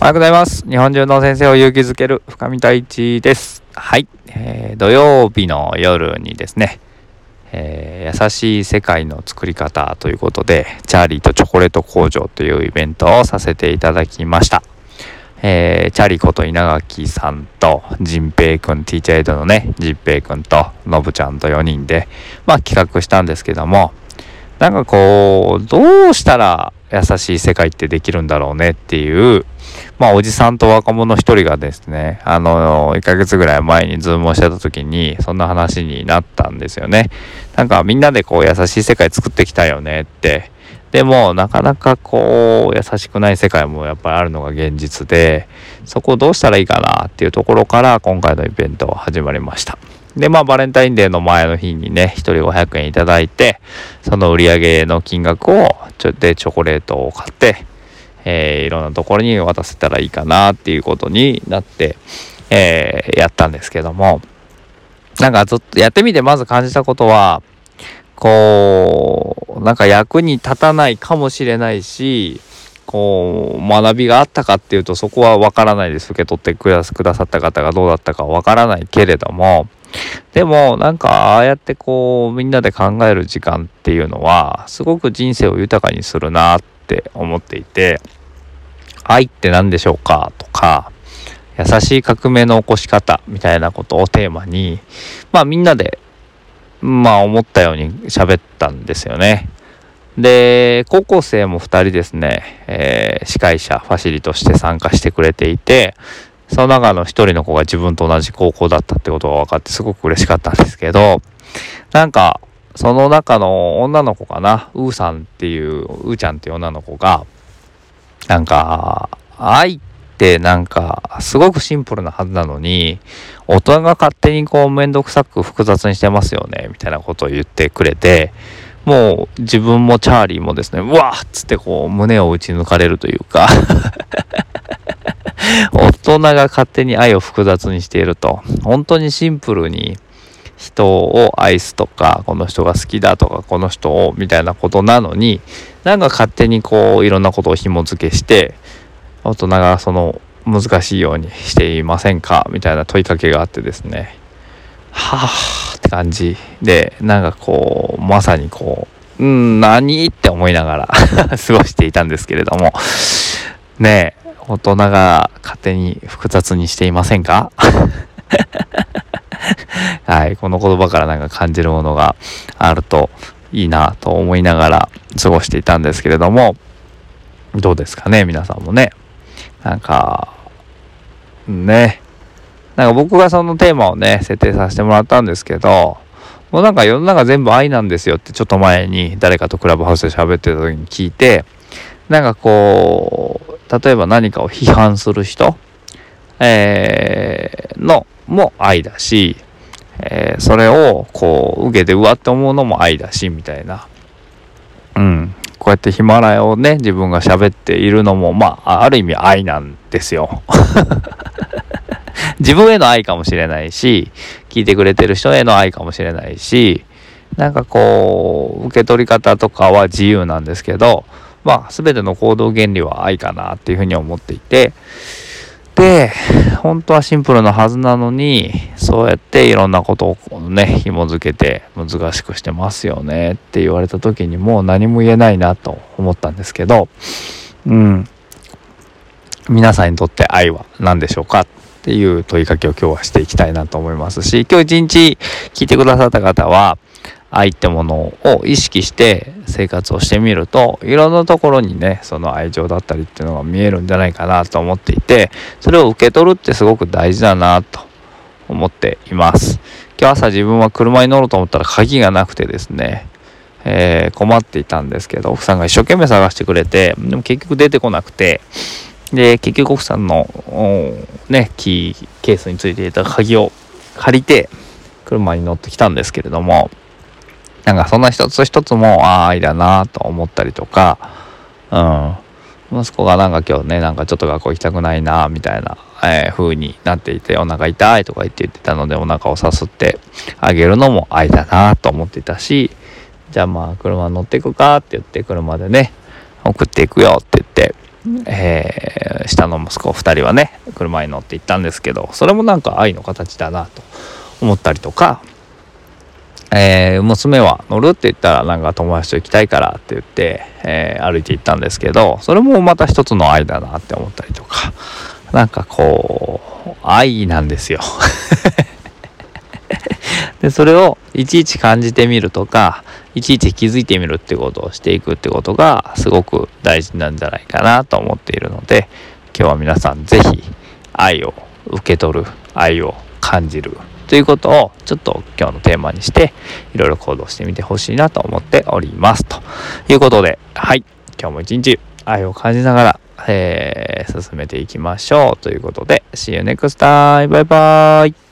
おはようございます。日本中の先生を勇気づける深見太一です。はい、土曜日の夜にですね、優しい世界の作り方ということでチャーリーとチョコレート工場というイベントをさせていただきました。チャーリーこと稲垣さんと仁平くん、ティーチャーエイドのね仁平くんとのぶちゃんと4人で企画したんですけども、なんかこうどうしたら優しい世界ってできるんだろうねっていう、おじさんと若者一人がですね、1ヶ月ぐらい前にズームをしてた時にそんな話になったんですよね。なんかみんなでこう優しい世界作ってきたよねって。でもなかなかこう優しくない世界もやっぱりあるのが現実で、そこをどうしたらいいかなっていうところから今回のイベントは始まりました。でバレンタインデーの前の日にね1人500円いただいて、その売り上げの金額をチョコレートを買って、いろんなところに渡せたらいいかなっていうことになって、やったんですけども、なんかずっとやってみてまず感じたことは、こうなんか役に立たないかもしれないし、こう学びがあったかっていうとそこはわからないです。受け取ってくださった方がどうだったかわからないけれども、でもなんかああやってこうみんなで考える時間っていうのはすごく人生を豊かにするなって思っていて、愛って何でしょうかとか、優しい革命の起こし方みたいなことをテーマにみんなで思ったように喋ったんですよね。で高校生も2人ですね、司会者ファシリとして参加してくれていて、その中の一人の子が自分と同じ高校だったってことが分かってすごく嬉しかったんですけど、なんかその中の女の子かな、ウーちゃんっていう女の子がなんか愛ってなんかすごくシンプルなはずなのに大人が勝手にこうめんどくさく複雑にしてますよねみたいなことを言ってくれて、もう自分もチャーリーもですね、うわーっつってこう胸を打ち抜かれるというか大人が勝手に愛を複雑にしていると、本当にシンプルに人を愛すとか、この人が好きだとか、この人をみたいなことなのに、なんか勝手にこういろんなことを紐付けして大人がその難しいようにしていませんかみたいな問いかけがあってですね、はぁって感じで、なんかこうまさにこう何って思いながら過ごしていたんですけれどもねえ、大人が勝手に複雑にしていませんかはい、この言葉からなんか感じるものがあるといいなと思いながら過ごしていたんですけれども、どうですかね皆さんもね。なんか僕がそのテーマをね設定させてもらったんですけど、もうなんか世の中全部愛なんですよってちょっと前に誰かとクラブハウスで喋ってた時に聞いて、なんかこう例えば何かを批判する人、のも愛だし、それをこう受けてうわって思うのも愛だしみたいな、こうやってヒマラヤをね自分が喋っているのもある意味愛なんですよ自分への愛かもしれないし、聞いてくれてる人への愛かもしれないし、なんかこう受け取り方とかは自由なんですけど、全ての行動原理は愛かなっていうふうに思っていて、で本当はシンプルなはずなのにそうやっていろんなことをね紐付けて難しくしてますよねって言われた時にもう何も言えないなと思ったんですけど、皆さんにとって愛は何でしょうかっていう問いかけを今日はしていきたいなと思いますし、今日一日聞いてくださった方は愛ってものを意識して生活をしてみると、いろんなところにねその愛情だったりっていうのが見えるんじゃないかなと思っていて、それを受け取るってすごく大事だなと思っています。今日朝自分は車に乗ろうと思ったら鍵がなくてですね、困っていたんですけど、奥さんが一生懸命探してくれて、でも結局出てこなくて、で結局奥さんのキーケースについていた鍵を借りて車に乗ってきたんですけれども、なんかそんな一つ一つも愛だなと思ったりとか、息子がなんか今日ねなんかちょっと学校行きたくないなみたいな、風になっていて、お腹痛いとか言ってたのでお腹をさすってあげるのも愛だなと思っていたし、じゃあ車乗っていくかって言って車でね送っていくよって言って、 下の息子2人はね車に乗って行ったんですけど、それもなんか愛の形だなと思ったりとか、娘は乗るって言ったらなんか友達と行きたいからって言って、歩いて行ったんですけど、それもまた一つの愛だなって思ったりとか、なんかこう愛なんですよでそれをいちいち感じてみるとか、いちいち気づいてみるってことをしていくってことがすごく大事なんじゃないかなと思っているので、今日は皆さんぜひ愛を受け取る、愛を感じるということをちょっと今日のテーマにしていろいろ行動してみてほしいなと思っております。ということで、はい、今日も一日愛を感じながら、進めていきましょうということで、See you next time. バイバイ。